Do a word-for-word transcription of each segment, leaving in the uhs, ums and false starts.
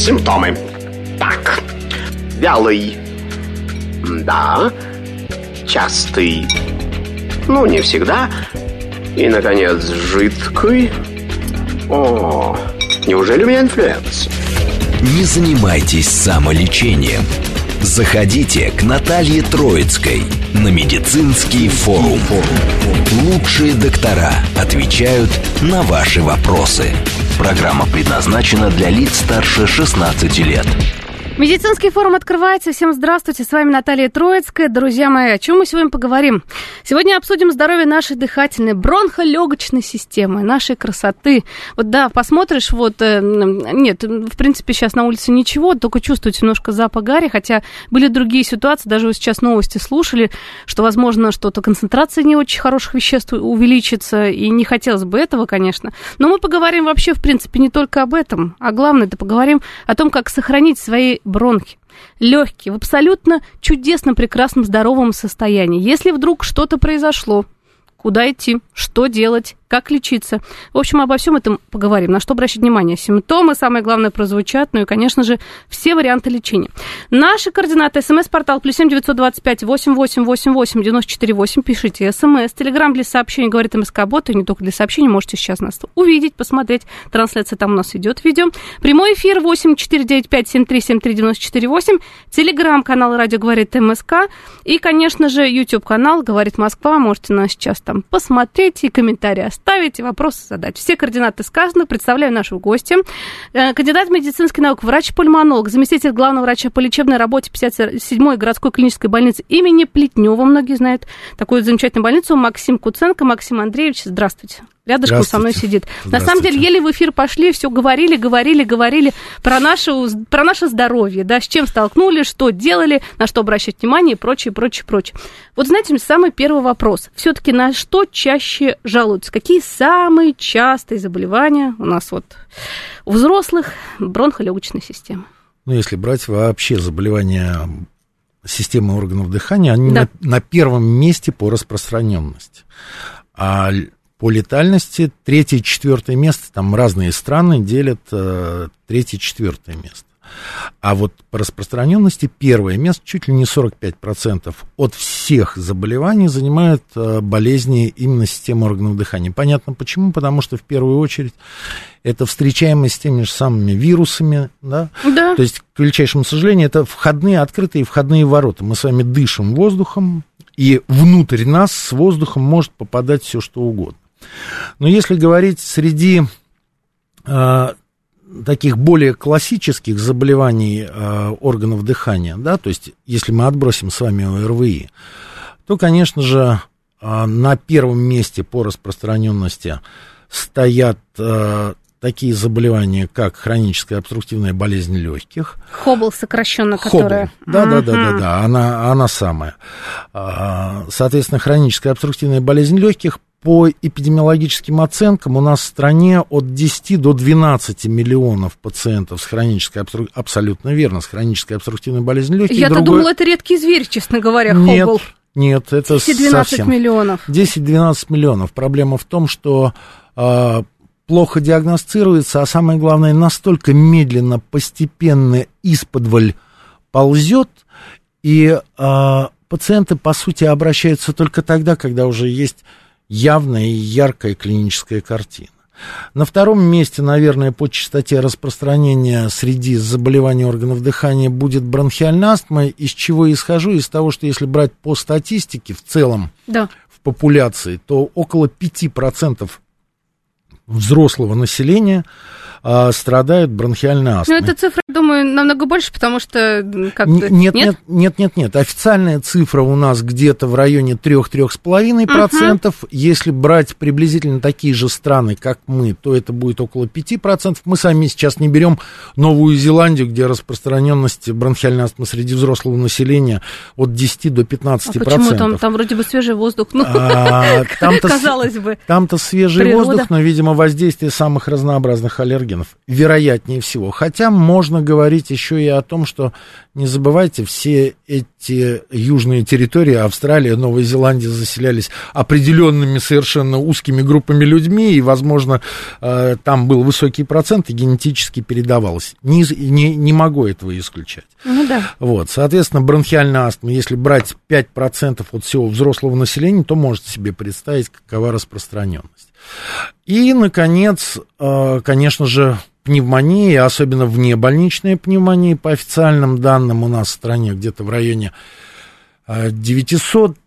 Симптомы. Так, вялый. Да. Частый. Ну, не всегда. И, наконец, жидкий. О, неужели у меня инфлюенс? Не занимайтесь самолечением. Заходите к Наталье Троицкой на медицинский форум. Лучшие доктора отвечают на ваши вопросы. Программа предназначена для лиц старше шестнадцати лет. Медицинский форум открывается. Всем здравствуйте, с вами Наталья Троицкая. Друзья мои, о чем мы сегодня поговорим? Сегодня обсудим здоровье нашей дыхательной, бронхолегочной системы, нашей красоты. Вот да, посмотришь, вот, э, нет, в принципе, сейчас на улице ничего, только чувствуете немножко запах гари, хотя были другие ситуации, даже вы сейчас новости слушали, что, возможно, что-то концентрация не очень хороших веществ увеличится, и не хотелось бы этого, конечно. Но мы поговорим вообще, в принципе, не только об этом, а главное, это поговорим о том, как сохранить свои бронхи, легкие в абсолютно чудесном, прекрасном, здоровом состоянии. Если вдруг что-то произошло, куда идти, что делать, как лечиться. В общем, обо всем этом поговорим. На что обращать внимание? Симптомы, самое главное, прозвучат, ну и, конечно же, все варианты лечения. Наши координаты. СМС-портал плюс семь девятьсот двадцать пять восемь восемь восемь восемь девяносто четыре восемь. Пишите СМС. Телеграм для сообщений, говорит МСК-бот, и не только для сообщений. Можете сейчас нас увидеть, посмотреть. Трансляция там у нас идет, видео. Прямой эфир восемь четыре девять пять семь три семь три девяносто четыре восемь. Телеграм-канал «Радио говорит МСК». И, конечно же, YouTube-канал «Говорит Москва». Можете нас сейчас там посмотреть и комментарии оставить. Ставить и вопросы задать. Все координаты сказаны. Представляю нашего гостя. Кандидат медицинских наук, врач-пульмонолог, заместитель главного врача по лечебной работе пятьдесят седьмой городской клинической больницы имени Плетнева. Многие знают такую замечательную больницу. Максим Куценко. Максим Андреевич, здравствуйте. Рядышком со мной сидит. На самом деле, еле в эфир пошли, все говорили, говорили, говорили про наше, про наше здоровье, да, с чем столкнулись, что делали, на что обращать внимание и прочее, прочее, прочее. Вот знаете, самый первый вопрос. Все-таки на что чаще жалуются? Какие самые частые заболевания у нас вот у взрослых бронхолегочной системы? Ну, если брать вообще заболевания системы органов дыхания, они да. на, на первом месте по распространенности. А по летальности третье и четвертое место, там разные страны делят э, третье и четвертое место. А вот по распространенности первое место, чуть ли не сорок пять процентов от всех заболеваний занимают э, болезни именно системы органов дыхания. Понятно почему, потому что в первую очередь это встречаемость с теми же самыми вирусами, да? Да. То есть, к величайшему сожалению, это входные, открытые входные ворота. Мы с вами дышим воздухом, и внутрь нас с воздухом может попадать все что угодно. Но если говорить среди э, таких более классических заболеваний э, органов дыхания, да, то есть если мы отбросим с вами ОРВИ, то, конечно же, э, на первом месте по распространенности стоят э, такие заболевания, как хроническая обструктивная болезнь легких. Хоббл сокращенно, которая... Да, да, да, да, да, она, она самая. Соответственно, хроническая обструктивная болезнь легких. По эпидемиологическим оценкам у нас в стране от десяти до двенадцати миллионов пациентов с хронической, абсолютно верно, с хронической обструктивной болезнью легких. Я-то другой... думала, это редкий зверь, честно говоря, нет, Хоббл. Нет, это десять-двенадцать совсем... миллионов. десять-двенадцать миллионов. Проблема в том, что э, плохо диагностируется, а самое главное, настолько медленно, постепенно исподволь ползет, и э, пациенты, по сути, обращаются только тогда, когда уже есть явная и яркая клиническая картина. На втором месте, наверное, по частоте распространения среди заболеваний органов дыхания будет бронхиальная астма, из чего я исхожу, из того, что если брать по статистике в целом да. в популяции, то около пяти процентов взрослого населения а, страдают бронхиальной астмой. Ну, эта цифра, думаю, намного больше, потому что как-то... Нет, нет, нет, нет, нет. Официальная цифра у нас где-то в районе три-три с половиной процентов. Uh-huh. Если брать приблизительно такие же страны, как мы, то это будет около пяти процентов. Мы сами сейчас не берем Новую Зеландию, где распространенность бронхиальной астмы среди взрослого населения от десяти до пятнадцати процентов. А почему там, там вроде бы свежий воздух? Ну, а, там-то, казалось бы. Там-то свежий Природа. Воздух, но, видимо, в воздействия самых разнообразных аллергенов. Вероятнее всего. Хотя можно говорить еще и о том, что, не забывайте, все эти южные территории, Австралия, Новая Зеландия, заселялись определенными совершенно узкими группами людьми, и, возможно, там был высокий процент, и генетически передавалось. Не, не, не могу этого исключать. Ну да. Вот, соответственно, бронхиальная астма, если брать пять процентов от всего взрослого населения, то можете себе представить, какова распространенность. И, наконец, конечно же, пневмония, особенно внебольничная пневмония, по официальным данным у нас в стране где-то в районе девятьсот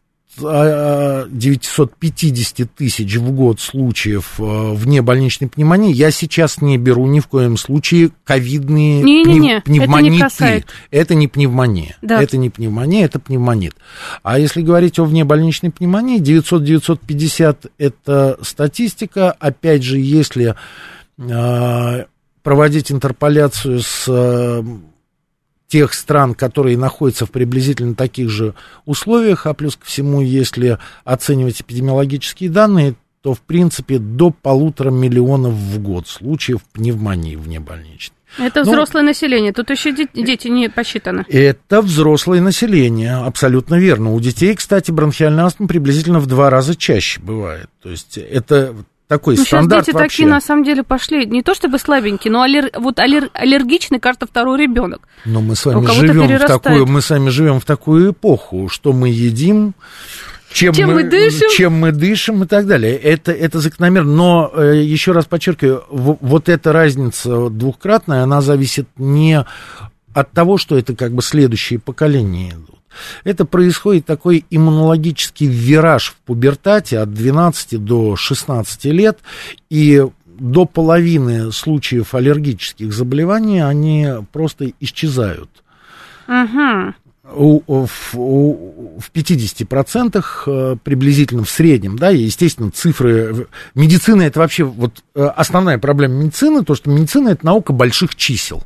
девятьсот пятьдесят тысяч в год случаев внебольничной пневмонии. Я сейчас не беру ни в коем случае ковидные пнев... пневмониты. Это не, это не пневмония. Да. Это не пневмония, это пневмонит. А если говорить о внебольничной пневмонии, девятьсот - девятьсот пятьдесят это статистика. Опять же, если э, проводить интерполяцию с э, тех стран, которые находятся в приблизительно таких же условиях, а плюс ко всему, если оценивать эпидемиологические данные, то, в принципе, до полутора миллионов в год случаев пневмонии внебольничной. Это ну, взрослое население, тут еще дети не посчитаны. Это взрослое население, абсолютно верно. У детей, кстати, бронхиальная астма приблизительно в два раза чаще бывает. То есть это... Такой ну, стандарт сейчас дети вообще. Такие, на самом деле, пошли, не то чтобы слабенькие, но аллер... вот аллер... аллергичный, кажется, второй ребенок. Но мы с вами живем в такую, мы с вами живем в такую эпоху, что мы едим, чем, чем мы, мы дышим, чем мы дышим и так далее. Это, это закономерно. Но э, еще раз подчеркиваю, в, вот эта разница двухкратная, она зависит не от того, что это как бы следующие поколения идут. Это происходит такой иммунологический вираж в пубертате от двенадцати до шестнадцати лет, и до половины случаев аллергических заболеваний они просто исчезают. Uh-huh. У, в, у, в пятидесяти процентах приблизительно в среднем, да, и, естественно, цифры... Медицина — это вообще вот основная проблема медицины, то, что медицина — это наука больших чисел.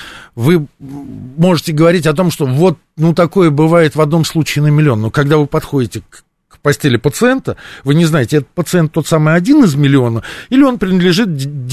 Вы можете говорить о том, что вот, ну, такое бывает в одном случае на миллион, но когда вы подходите к, к постели пациента, вы не знаете, этот пациент тот самый один из миллиона, или он принадлежит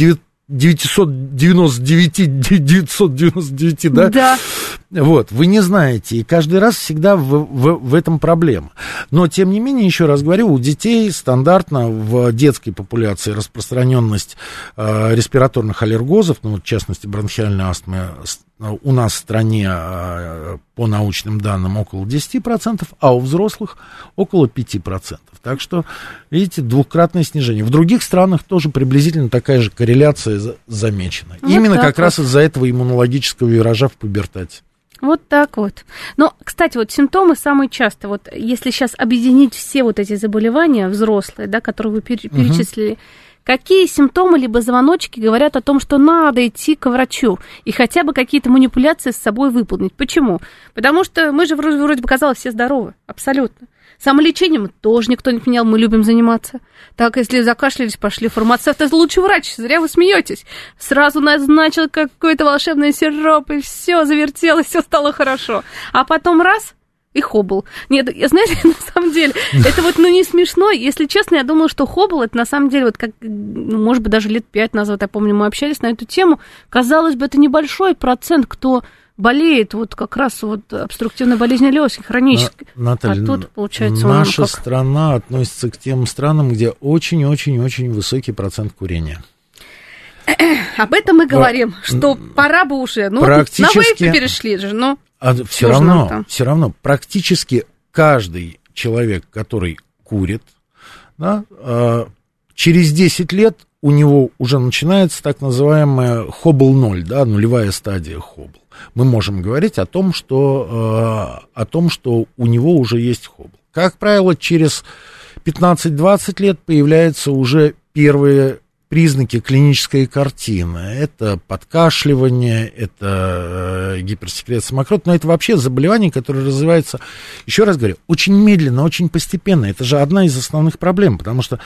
девятьсот девяносто девяти, девятьсот девяносто девяти, да? Да. Вот, вы не знаете, и каждый раз всегда в, в, в этом проблема. Но, тем не менее, еще раз говорю, у детей стандартно в детской популяции распространенность э, респираторных аллергозов, ну, в частности, бронхиальной астмы, у нас в стране э, по научным данным около десять процентов, а у взрослых около пять процентов. Так что, видите, двукратное снижение. В других странах тоже приблизительно такая же корреляция замечена. Вот именно как вот. раз из-за этого иммунологического виража в пубертате. Вот так вот. Но, кстати, вот симптомы самые частые. Вот если сейчас объединить все вот эти заболевания взрослые, да, которые вы перечислили, угу. Какие симптомы либо звоночки говорят о том, что надо идти к врачу и хотя бы какие-то манипуляции с собой выполнить? Почему? Потому что мы же вроде, вроде бы казалось все здоровы, абсолютно. Самолечением тоже никто не отменял, мы любим заниматься. Так, если закашлялись, пошли фармацевт, это лучший врач, зря вы смеетесь. Сразу назначил какой-то волшебный сироп, и все завертелось, все стало хорошо. А потом раз... и Хоббл. Нет, знаете, на самом деле, это вот, ну, не смешно. Если честно, я думала, что Хоббл, это на самом деле, вот как, ну, может быть, даже лет пять назад, я помню, мы общались на эту тему. Казалось бы, это небольшой процент, кто болеет вот как раз вот обструктивной болезнью легких, хронической. Наталья, а тут, получается, наша как... страна относится к тем странам, где очень-очень-очень высокий процент курения. Об этом мы говорим, что пора бы уже. Ну, практически... на вейпы перешли же, ну... А все равно, все равно, практически каждый человек, который курит, да, э, через десять лет у него уже начинается так называемая Хоббл ноль, да, нулевая стадия Хоббл. Мы можем говорить о том, что, э, о том, что у него уже есть Хоббл. Как правило, через пятнадцать-двадцать лет появляются уже первые признаки клинической картины. Это подкашливание, это э, гиперсекреция мокроты, но это вообще заболевание, которое развивается, еще раз говорю, очень медленно, очень постепенно. Это же одна из основных проблем, потому что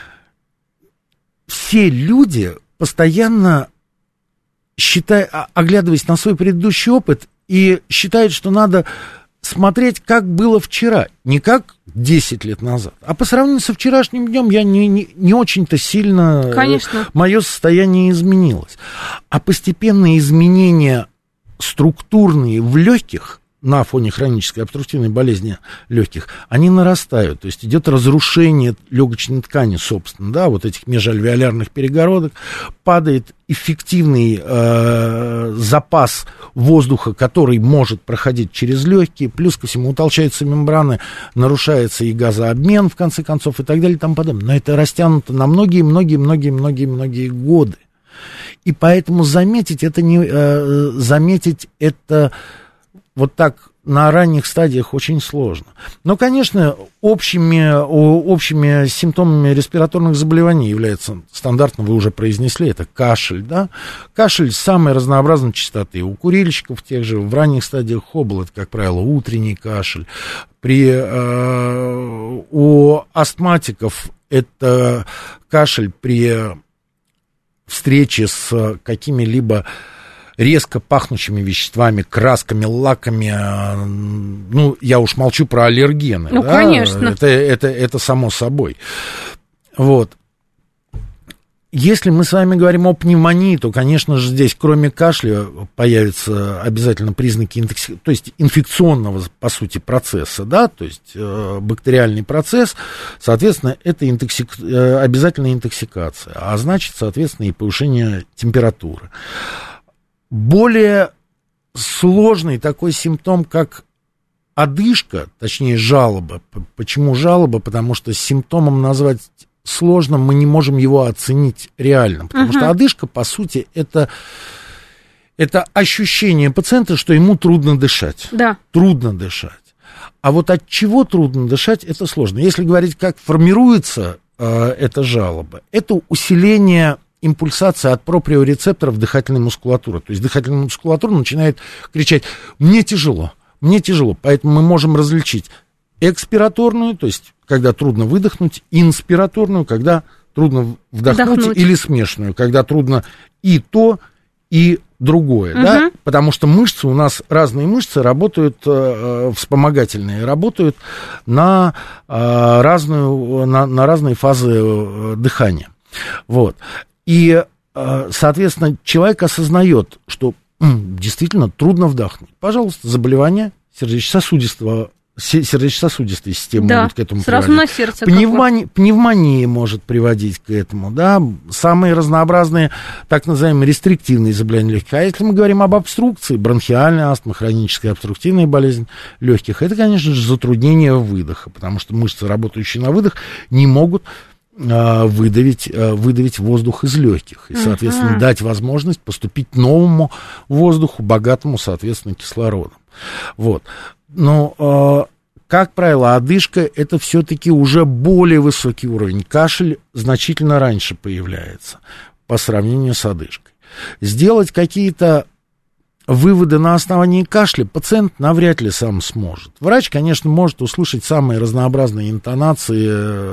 все люди постоянно, считая, оглядываясь на свой предыдущий опыт, и считают, что надо смотреть, как было вчера, не как десять лет назад, а по сравнению со вчерашним днем я не, не, не очень-то сильно... Конечно. Мое состояние изменилось. А постепенные изменения структурные в легких, на фоне хронической обструктивной болезни легких, они нарастают. То есть идет разрушение легочной ткани, собственно, да, вот этих межальвеолярных перегородок, падает эффективный э, запас воздуха, который может проходить через легкие, плюс ко всему утолщаются мембраны, нарушается и газообмен, в конце концов, и так далее, и тому подобное. Но это растянуто на многие-многие-многие-многие-многие годы. И поэтому заметить это, не, э, заметить это вот так на ранних стадиях очень сложно. Но, конечно, общими, общими симптомами респираторных заболеваний является, стандартно вы уже произнесли, это кашель, да? Кашель самой разнообразной частоты. У курильщиков тех же в ранних стадиях хоббл, это, как правило, утренний кашель. При, э, у астматиков это кашель при встрече с какими-либо резко пахнущими веществами, красками, лаками, ну, я уж молчу про аллергены. Ну, да? конечно. Это, это, это само собой. Вот. Если мы с вами говорим о пневмонии, то, конечно же, здесь, кроме кашля, появятся обязательно признаки интокси... то есть инфекционного, по сути, процесса, да, то есть э, бактериальный процесс, соответственно, это интоксик... э, обязательно интоксикация, а значит, соответственно, и повышение температуры. Более сложный такой симптом, как одышка, точнее жалоба. Почему жалоба? Потому что симптомом назвать сложно, мы не можем его оценить реально. Потому uh-huh. что одышка, по сути, это, это ощущение пациента, что ему трудно дышать. Да. Трудно дышать. А вот от чего трудно дышать, это сложно. Если говорить, как формируется э, эта жалоба, это усиление импульсация от проприорецепторов дыхательной мускулатуры. То есть дыхательная мускулатура начинает кричать: мне тяжело, мне тяжело. Поэтому мы можем различить экспираторную, то есть когда трудно выдохнуть, инспираторную, когда трудно вдохнуть, вдохнуть. Или смешанную, когда трудно и то, и другое. Угу. Да? Потому что мышцы, у нас разные мышцы работают, э, вспомогательные, работают на, э, разную, на, на разные фазы э, дыхания. Вот. И, соответственно, человек осознает, что м, действительно трудно вдохнуть. Пожалуйста, заболевание сердечно-сосудистого, сердечно-сосудистой системы да, может к этому сразу приводить. На сердце. Пневмония, пневмония может приводить к этому, да, самые разнообразные, так называемые, рестриктивные заболевания легких. А если мы говорим об обструкции, бронхиальная астма, хроническая обструктивная болезнь легких, это, конечно же, затруднение выдоха, потому что мышцы, работающие на выдох, не могут выдавить, выдавить воздух из легких и, соответственно, uh-huh. дать возможность поступить новому воздуху, богатому, соответственно, кислородом. Вот. Но, как правило, одышка — это все-таки уже более высокий уровень. Кашель значительно раньше появляется по сравнению с одышкой. Сделать какие-то выводы на основании кашля пациент навряд ли сам сможет. Врач, конечно, может услышать самые разнообразные интонации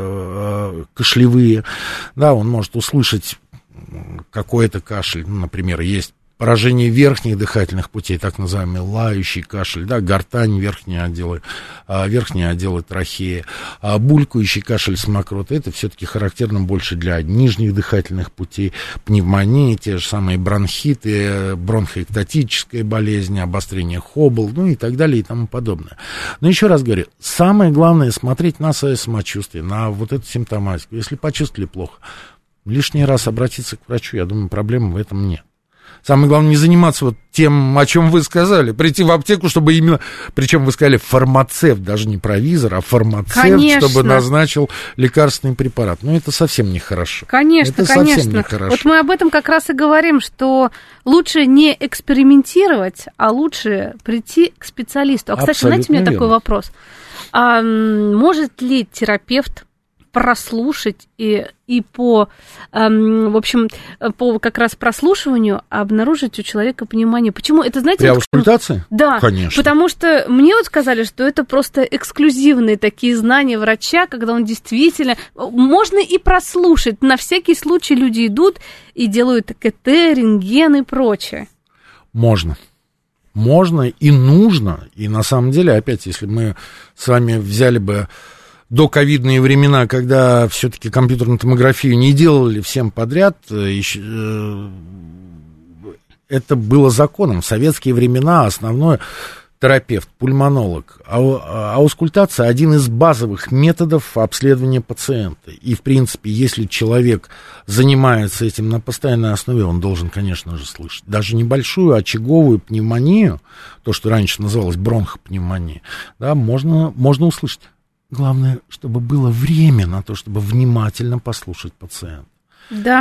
э, кашлевые, да, он может услышать какой-то кашель, ну, например, есть поражение верхних дыхательных путей, так называемый лающий кашель, да, гортань, верхние отделы, верхние отделы трахеи, булькающий кашель с мокротой, это все-таки характерно больше для нижних дыхательных путей, пневмонии, те же самые бронхиты, бронхоэктатическая болезнь, обострение хоббл, ну и так далее и тому подобное. Но еще раз говорю, самое главное смотреть на свое самочувствие, на вот эту симптоматику. Если почувствовали плохо, лишний раз обратиться к врачу, я думаю, проблем в этом нет. Самое главное, не заниматься вот тем, о чем вы сказали, прийти в аптеку, чтобы именно, причем вы сказали фармацевт, даже не провизор, а фармацевт, конечно, чтобы назначил лекарственный препарат. Ну, это совсем нехорошо. Конечно, это конечно. Совсем нехорошо. Вот мы об этом как раз и говорим, что лучше не экспериментировать, а лучше прийти к специалисту. А, кстати, абсолютно знаете, у меня верно. Такой вопрос. А может ли терапевт прослушать и, и по, эм, в общем, по как раз прослушиванию обнаружить у человека понимание. Почему? Это, знаете... При вот, аускультации? Да, конечно. Потому что мне вот сказали, что это просто эксклюзивные такие знания врача, когда он действительно... Можно и прослушать. На всякий случай люди идут и делают КТ, рентген и прочее. Можно. можно и нужно, и на самом деле, опять, если мы с вами взяли бы доковидные времена, когда все-таки компьютерную томографию не делали всем подряд, еще, это было законом. В советские времена основное терапевт, пульмонолог, а аускультация — один из базовых методов обследования пациента. И, в принципе, если человек занимается этим на постоянной основе, он должен, конечно же, слышать. Даже небольшую очаговую пневмонию, то, что раньше называлось бронхопневмонией, да, можно, можно услышать. Главное, чтобы было время на то, чтобы внимательно послушать пациента. Да.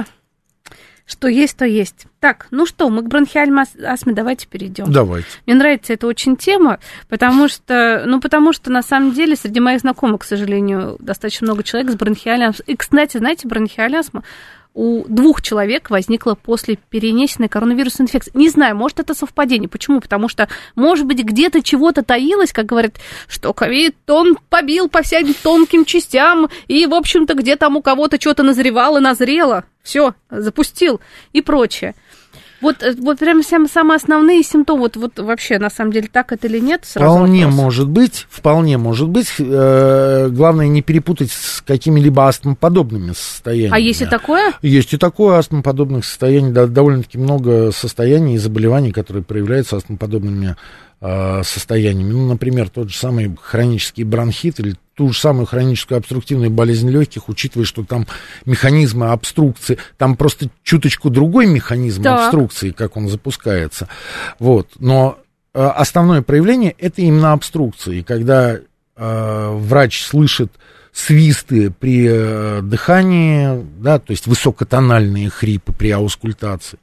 Что есть, то есть. Так, ну что, мы к бронхиальной астме давайте перейдем. Давайте. Мне нравится эта очень тема, потому что, ну, потому что, на самом деле, среди моих знакомых, к сожалению, достаточно много человек с бронхиальной астмой. И, кстати, знаете, бронхиальная астма у двух человек возникла после перенесенной коронавирусной инфекции. Не знаю, может, это совпадение. Почему? Потому что, может быть, где-то чего-то таилось, как говорят, что ковид, он побил по всяким тонким частям, и, в общем-то, где там у кого-то что-то назревало, назрело, все, запустил и прочее. Вот, вот прям самые основные симптомы, вот, вот вообще, на самом деле, так это или нет? Вполне вопрос. может быть, вполне может быть. Э, главное, не перепутать с какими-либо астмоподобными состояниями. А есть и такое? Есть и такое астмоподобных состояний, да, довольно-таки много состояний и заболеваний, которые проявляются астмоподобными э, состояниями. Ну, например, тот же самый хронический бронхит или ту же самую хроническую обструктивную болезнь легких, учитывая, что там механизмы обструкции, там просто чуточку другой механизм да. обструкции, как он запускается. Вот. Но э, основное проявление — это именно обструкция. И когда э, врач слышит свисты при э, дыхании, да, то есть высокотональные хрипы при аускультации,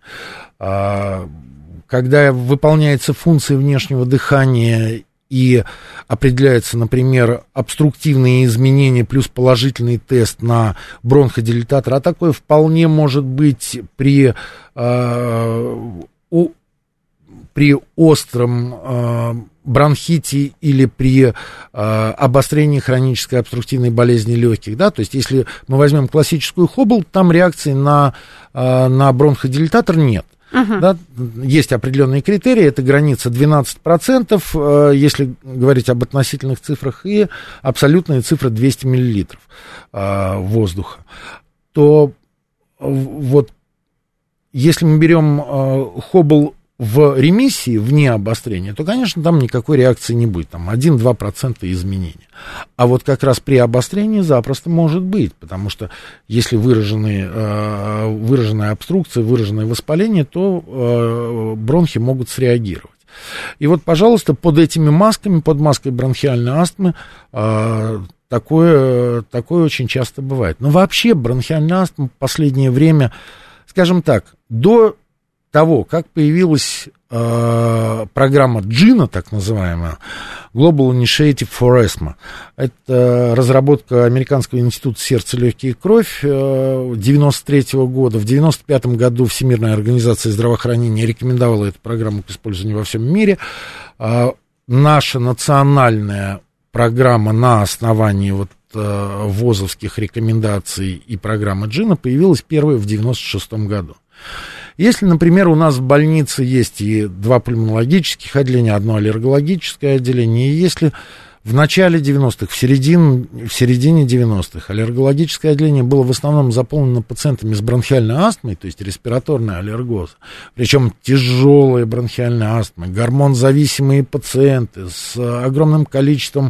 э, когда выполняется функция внешнего дыхания и определяется, например, обструктивные изменения плюс положительный тест на бронходилататор, а такое вполне может быть при, э, о, при остром э, бронхите или при э, обострении хронической обструктивной болезни легких, да, то есть если мы возьмем классическую Хоббл, там реакции на, э, на бронходилататор нет. Uh-huh. Да, есть определенные критерии, это граница двенадцать процентов, э, если говорить об относительных цифрах, и абсолютная цифра двести миллилитров э, воздуха. То э, вот если мы берем э, Хоббл в ремиссии, вне обострения, то, конечно, там никакой реакции не будет, там один-два процента изменения. А вот как раз при обострении запросто может быть, потому что если выражены, э, выраженная обструкция, выраженное воспаление, то э, бронхи могут среагировать. И вот, пожалуйста, под этими масками, под маской бронхиальной астмы, э, такое, такое очень часто бывает. Но вообще бронхиальная астма в последнее время, скажем так, до того, как появилась э, программа джина, так называемая, Global Initiative for Asthma. Это разработка Американского института сердца, легкие и кровь э, девяносто третьего года. В девяносто пятом году Всемирная организация здравоохранения рекомендовала эту программу к использованию во всем мире. Э, наша национальная программа на основании вот э, ВОЗовских рекомендаций и программы джина появилась первая в девяносто шестом году. Если, например, у нас в больнице есть и два пульмонологических отделения, одно аллергологическое отделение, и если в начале девяностых, в середине, в середине девяностых аллергологическое отделение было в основном заполнено пациентами с бронхиальной астмой, то есть респираторный аллергоз, причем тяжелая бронхиальная астма, гормонзависимые пациенты с огромным количеством,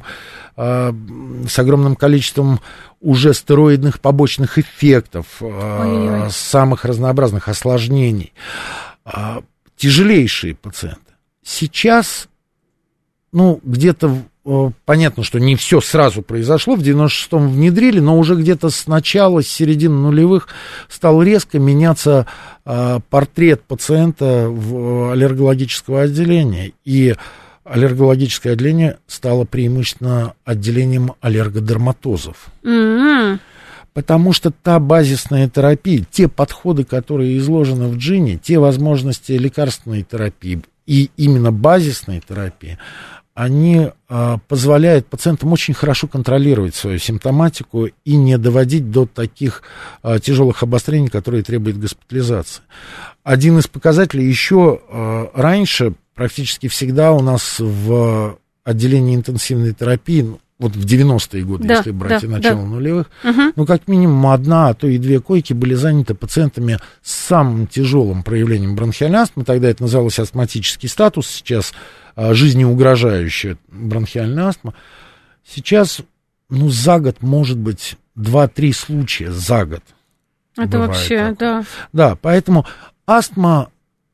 с огромным количеством уже стероидных побочных эффектов, э, самых разнообразных осложнений, э, тяжелейшие пациенты. Сейчас, ну, где-то, э, понятно, что не все сразу произошло, в девяносто шестом внедрили, но уже где-то с начала, с середины нулевых стал резко меняться э, портрет пациента в аллергологического отделения, и аллергологическое отделение стало преимущественно отделением аллергодерматозов. Mm-hmm. Потому что та базисная терапия, те подходы, которые изложены в джине, те возможности лекарственной терапии и именно базисной терапии, они а, позволяют пациентам очень хорошо контролировать свою симптоматику и не доводить до таких а, тяжелых обострений, которые требуют госпитализации. Один из показателей еще а, раньше практически всегда у нас в отделении интенсивной терапии, вот в девяностые годы, да, если брать да, и начало да. нулевых, угу. ну, как минимум одна, а то и две койки были заняты пациентами с самым тяжелым проявлением бронхиальной астмы. Тогда это называлось астматический статус, сейчас а, жизнеугрожающая бронхиальная астма. Сейчас, ну, за год, может быть, два-три случая за год. Это вообще, такое. да. Да, поэтому астма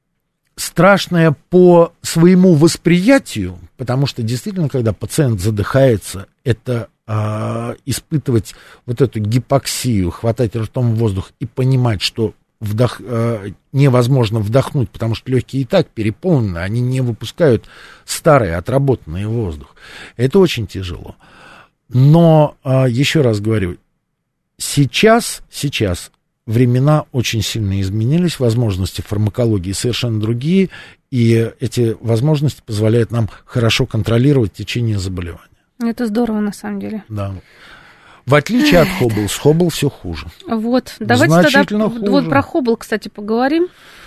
страшная по своему восприятию, потому что действительно, когда пациент задыхается, это а, испытывать вот эту гипоксию, хватать ртом воздух и понимать, что вдох, а, невозможно вдохнуть, потому что легкие и так переполнены, они не выпускают старый, отработанный воздух. Это очень тяжело. Но, а, еще раз говорю, сейчас, сейчас времена очень сильно изменились, возможности фармакологии совершенно другие, и эти возможности позволяют нам хорошо контролировать течение заболевания. Это здорово, на самом деле. Да. В отличие от Хоббл, с Хоббл все хуже. Вот, давайте тогда хуже. Вот про Хоббл, кстати, поговорим.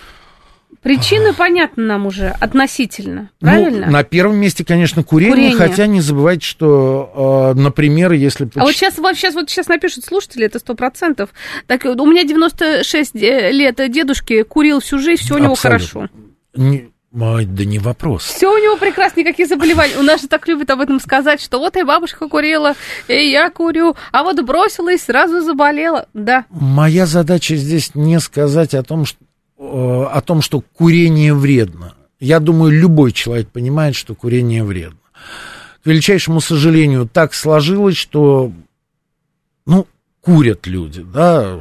Причины понятны нам уже относительно, правильно? Ну, на первом месте, конечно, курение, курение. Хотя не забывайте, что, э, например, если... А вот сейчас, вот, сейчас, вот сейчас напишут слушатели, это сто процентов. Так, у меня девяносто шесть лет дедушки, курил всю жизнь, все у него Абсолютно. Хорошо. Не, ой, да не вопрос. Все у него прекрасно, никаких заболеваний. У нас же так любят об этом сказать, что вот и бабушка курила, и я курю, а вот бросила и сразу заболела. Да. Моя задача здесь не сказать о том, что о том, что курение вредно. Я думаю, любой человек понимает, что курение вредно. К величайшему сожалению, так сложилось, что, ну, курят люди, да,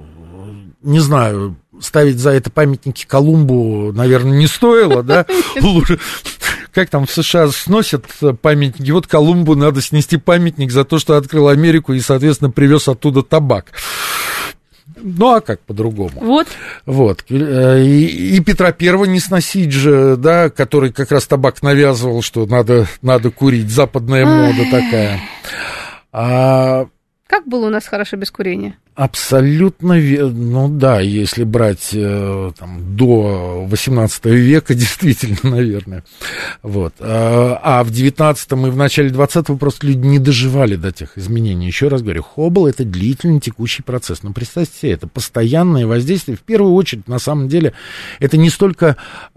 не знаю, ставить за это памятники Колумбу, наверное, не стоило, да, лучше... Как там в США сносят памятники, вот Колумбу надо снести памятник за то, что открыл Америку и, соответственно, привез оттуда табак. Ну, а как по-другому? Вот. Вот. И, и Петра Первого не сносить же, да, который как раз табак навязывал, что надо, надо курить. Западная мода такая. А... Как было у нас хорошо без курения? Абсолютно верно. Ну да, если брать там, до восемнадцатого века, действительно, наверное. Вот. А в девятнадцатом и в начале двадцатого просто люди не доживали до тех изменений. Еще раз говорю, Хоббл — это длительный текущий процесс. Но представьте себе, это постоянное воздействие. В первую очередь, на самом деле, это не столько...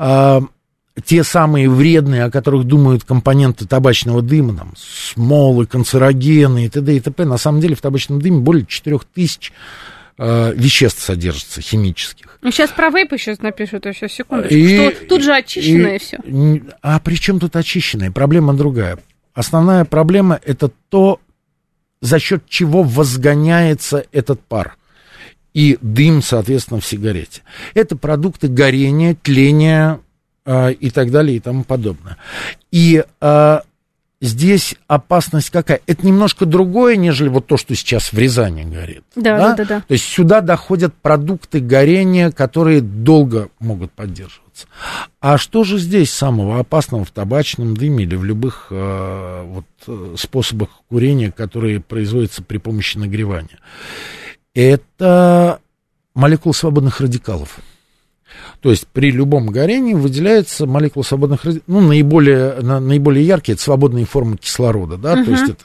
те самые вредные, о которых думают компоненты табачного дыма, там, смолы, канцерогены и т.д. и т.п. На самом деле в табачном дыме более четырех тысяч э, веществ содержится, химических. Ну, сейчас про вейп еще напишут, еще секундочку, и, что тут же очищенное и, все. А при чем тут очищенное? Проблема другая. Основная проблема — это то, за счет чего возгоняется этот пар. И дым, соответственно, в сигарете. Это продукты горения, тления, и так далее, и тому подобное. И а, здесь опасность какая? Это немножко другое, нежели вот то, что сейчас в Рязани горит. Да, да, да, да. То есть сюда доходят продукты горения, которые долго могут поддерживаться. А что же здесь самого опасного в табачном дыме или в любых а, вот, способах курения, которые производятся при помощи нагревания? Это молекулы свободных радикалов. То есть при любом горении выделяется молекула свободных радикалов, ну, наиболее, на, наиболее яркие, это свободные формы кислорода, да, uh-huh. то есть это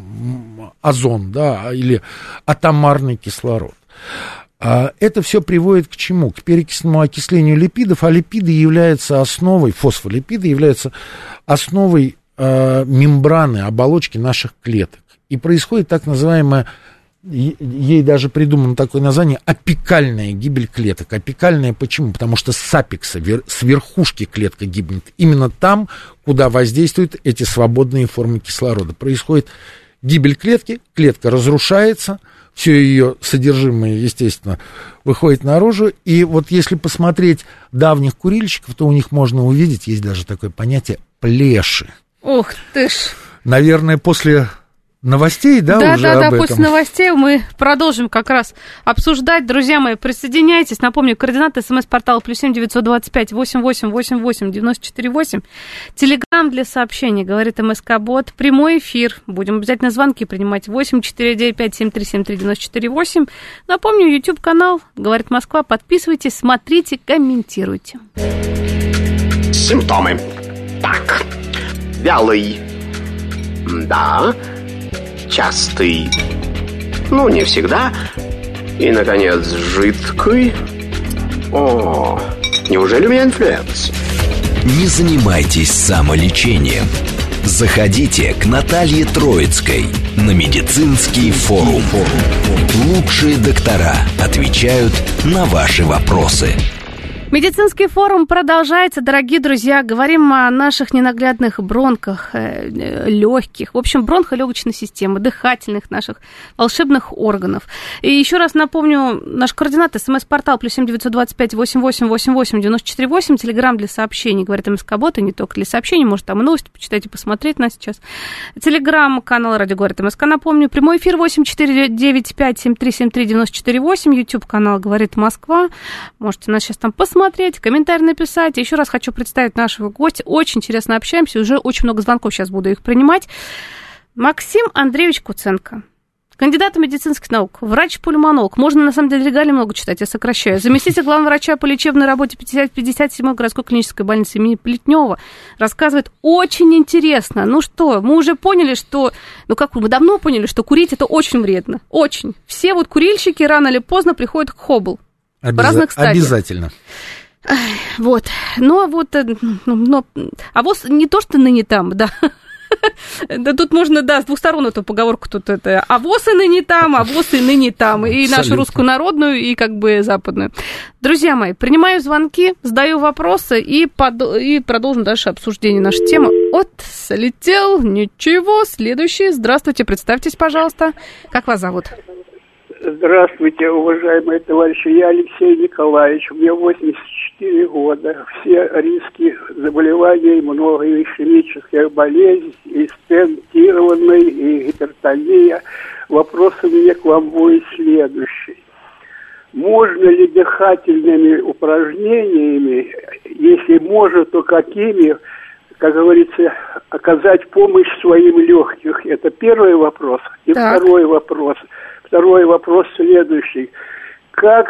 озон, да, или атомарный кислород. А это все приводит к чему? К перекисному окислению липидов, а липиды являются основой, фосфолипиды являются основой э, мембраны, оболочки наших клеток. И происходит так называемая, ей даже придумано такое название, апикальная гибель клеток. Апикальная почему? Потому что с апекса, с верхушки клетка гибнет. Именно там, куда воздействуют эти свободные формы кислорода. Происходит гибель клетки, клетка разрушается, все ее содержимое, естественно, выходит наружу. И вот если посмотреть давних курильщиков, то у них можно увидеть, есть даже такое понятие плеши. Ух ты ж! Наверное, после... новостей, да, да, уже да, об да, этом? после новостей мы продолжим как раз обсуждать. Друзья мои, присоединяйтесь. Напомню, координаты смс-портала плюс семь девятьсот двадцать пять восемьдесят восемь восемьдесят восемь девяносто четыре восемь. Телеграм для сообщений, говорит МСК-бот. Прямой эфир. Будем обязательно звонки принимать. восемь четыре девять пять семь три семь три девяносто четыре восемь. Напомню, YouTube-канал «Говорит Москва». Подписывайтесь, смотрите, комментируйте. Симптомы. вялый. Да. Частый. Ну, не всегда. И, наконец, жидкий. О, неужели у меня инфлюенс? Не занимайтесь самолечением. Заходите к Наталье Троицкой на медицинский форум. Лучшие доктора отвечают на ваши вопросы. Медицинский форум продолжается, дорогие друзья. Говорим о наших ненаглядных бронхах, легких, в общем, бронхолегочной системы, дыхательных наших волшебных органов. И еще раз напомню, наш координат, смс-портал плюс семь девятьсот двадцать пять восемьдесят восемь восемьдесят восемь девяносто четыре восемь, телеграмм для сообщений, говорит МСК-бот, и не только для сообщений, может, там и новости почитайте, посмотреть нас сейчас. Телеграмм, канал «Радио говорит МСК», напомню, прямой эфир восемь четыре девять пять семь три семь три девяносто четыре восемь, YouTube канал «Говорит Москва», можете нас сейчас там посмотреть. Смотреть, комментарий написать. Еще раз хочу представить нашего гостя. Очень интересно общаемся. Уже очень много звонков сейчас буду их принимать. Максим Андреевич Куценко. Кандидат медицинских наук, врач-пульмонолог. Можно, на самом деле, регалий много читать, я сокращаю. Заместитель главного врача по лечебной работе пятьдесят седьмой городской клинической больницы имени Плетнева. Рассказывает очень интересно. Ну что, мы уже поняли, что... Ну как, мы давно поняли, что курить это очень вредно. Очень. Все вот курильщики рано или поздно приходят к хоббл. Обяза- по разных стадиях. Обязательно. Вот, но вот, но, а ВОЗ не то, что ныне там, да, да тут можно, да, с двух сторон эту поговорку тут это, а ВОЗ и ныне там, а ВОЗ и ныне там, и абсолютно. Нашу русскую народную, и как бы западную. Друзья мои, принимаю звонки, задаю вопросы и, под... и продолжим дальше обсуждение нашей темы. Вот, слетел, ничего, следующий, здравствуйте, представьтесь, пожалуйста, как вас зовут? Здравствуйте, уважаемые товарищи, я Алексей Николаевич, мне восемьдесят четыре года, все риски заболеваний, много ишемических болезней, и стентированный, и гипертония. Вопрос у меня к вам будет следующий. Можно ли дыхательными упражнениями, если можно, то какими, как говорится, оказать помощь своим легким? Это первый вопрос. И так. второй вопрос. Второй вопрос следующий. Как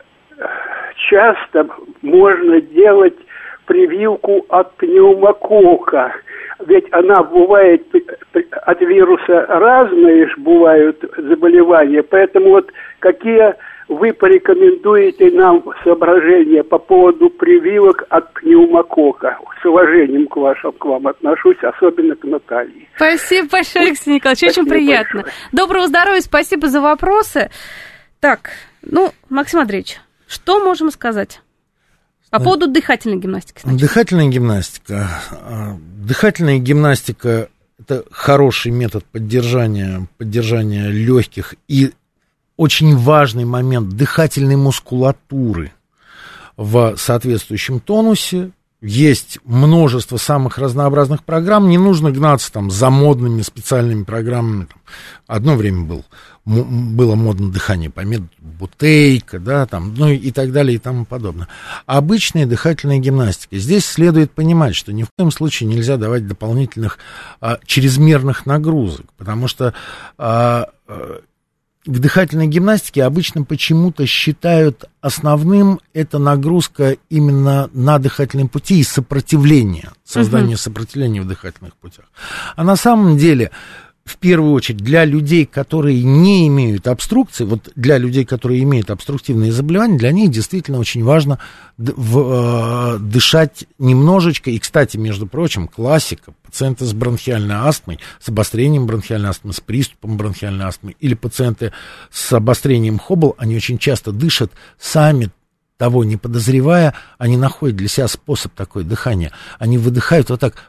часто можно делать прививку от пневмококка? Ведь она бывает, от вируса разные бывают заболевания, поэтому вот какие вы порекомендуете нам соображения по поводу прививок от пневмококка? С уважением к, вашему, к вам отношусь, особенно к Наталье. Спасибо большое, Алексей Николаевич, спасибо, очень приятно. Большое. Доброго здоровья, спасибо за вопросы. Так, ну, Максим Андреевич, что можем сказать по поводу дыхательной гимнастики? Значит? Дыхательная гимнастика. Дыхательная гимнастика – это хороший метод поддержания, поддержания легких и очень важный момент дыхательной мускулатуры в соответствующем тонусе. Есть множество самых разнообразных программ. Не нужно гнаться там за модными специальными программами. Там, одно время был, м- было модно дыхание по методу Бутейка, да, там, ну и так далее и тому подобное. Обычная дыхательная гимнастика. Здесь следует понимать, что ни в коем случае нельзя давать дополнительных а, чрезмерных нагрузок, потому что а, а, в дыхательной гимнастике обычно почему-то считают основным это нагрузка именно на дыхательном пути и сопротивление, создание uh-huh. сопротивления в дыхательных путях. А на самом деле, в первую очередь, для людей, которые не имеют обструкции, вот для людей, которые имеют обструктивные заболевания, для них действительно очень важно д- в, э, дышать немножечко. И, кстати, между прочим, классика, пациенты с бронхиальной астмой, с обострением бронхиальной астмы, с приступом бронхиальной астмы, или пациенты с обострением Хоббл, они очень часто дышат сами, того не подозревая, они находят для себя способ такое дыхания. Они выдыхают вот так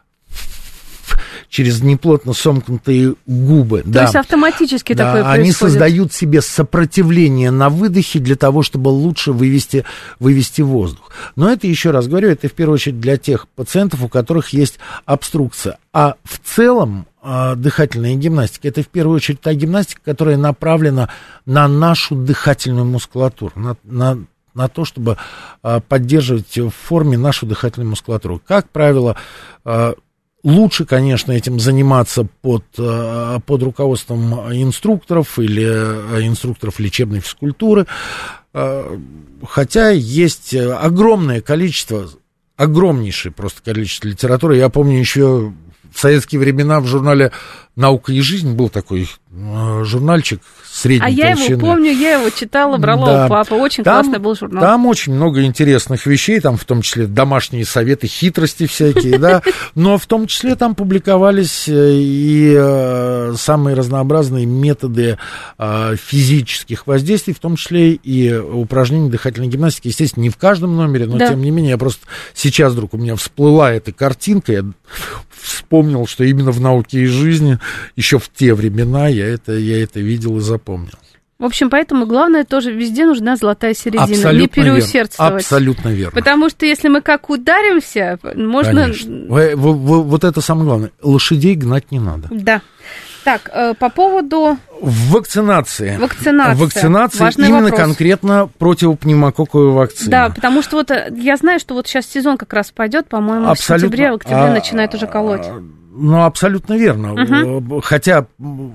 через неплотно сомкнутые губы. То да. есть автоматически да, такое они происходит. создают себе сопротивление на выдохе для того, чтобы лучше вывести, вывести воздух. Но это, еще раз говорю, это в первую очередь для тех пациентов, у которых есть обструкция. А в целом э, дыхательная гимнастика — это в первую очередь та гимнастика, которая направлена на нашу дыхательную мускулатуру, на, на, на то, чтобы э, поддерживать в форме нашу дыхательную мускулатуру. Как правило, э, лучше, конечно, этим заниматься под, под руководством инструкторов или инструкторов лечебной физкультуры, хотя есть огромное количество, огромнейшее просто количество литературы. Я помню еще в советские времена в журнале «Наука и жизнь» был такой журнальчик средней а я толщины. его помню, я его читала, брала да. у папы. Очень там, классный был журнал. Там очень много интересных вещей, там в том числе домашние советы, хитрости всякие, да. Но в том числе там публиковались и самые разнообразные методы физических воздействий, в том числе и упражнения дыхательной гимнастики. Естественно, не в каждом номере, но тем не менее, я просто сейчас вдруг у меня всплыла эта картинка, я вспомнил, что именно в «Науке и жизни» еще в те времена я это, я это видел и запомнил. В общем, поэтому главное тоже везде нужна золотая середина, абсолютно не переусердствовать. Верно. Абсолютно верно. Потому что если мы как ударимся, можно... Конечно. Вот это самое главное. Лошадей гнать не надо. Да. Так, по поводу... Вакцинации. Вакцинация. Вакцинация Важный именно вопрос. Конкретно противопневмококковой вакцины. Да, потому что вот я знаю, что вот сейчас сезон как раз пойдет, по-моему, абсолютно. В сентябре, в октябре а, начинает уже колоть. Ну, абсолютно верно. Угу. Хотя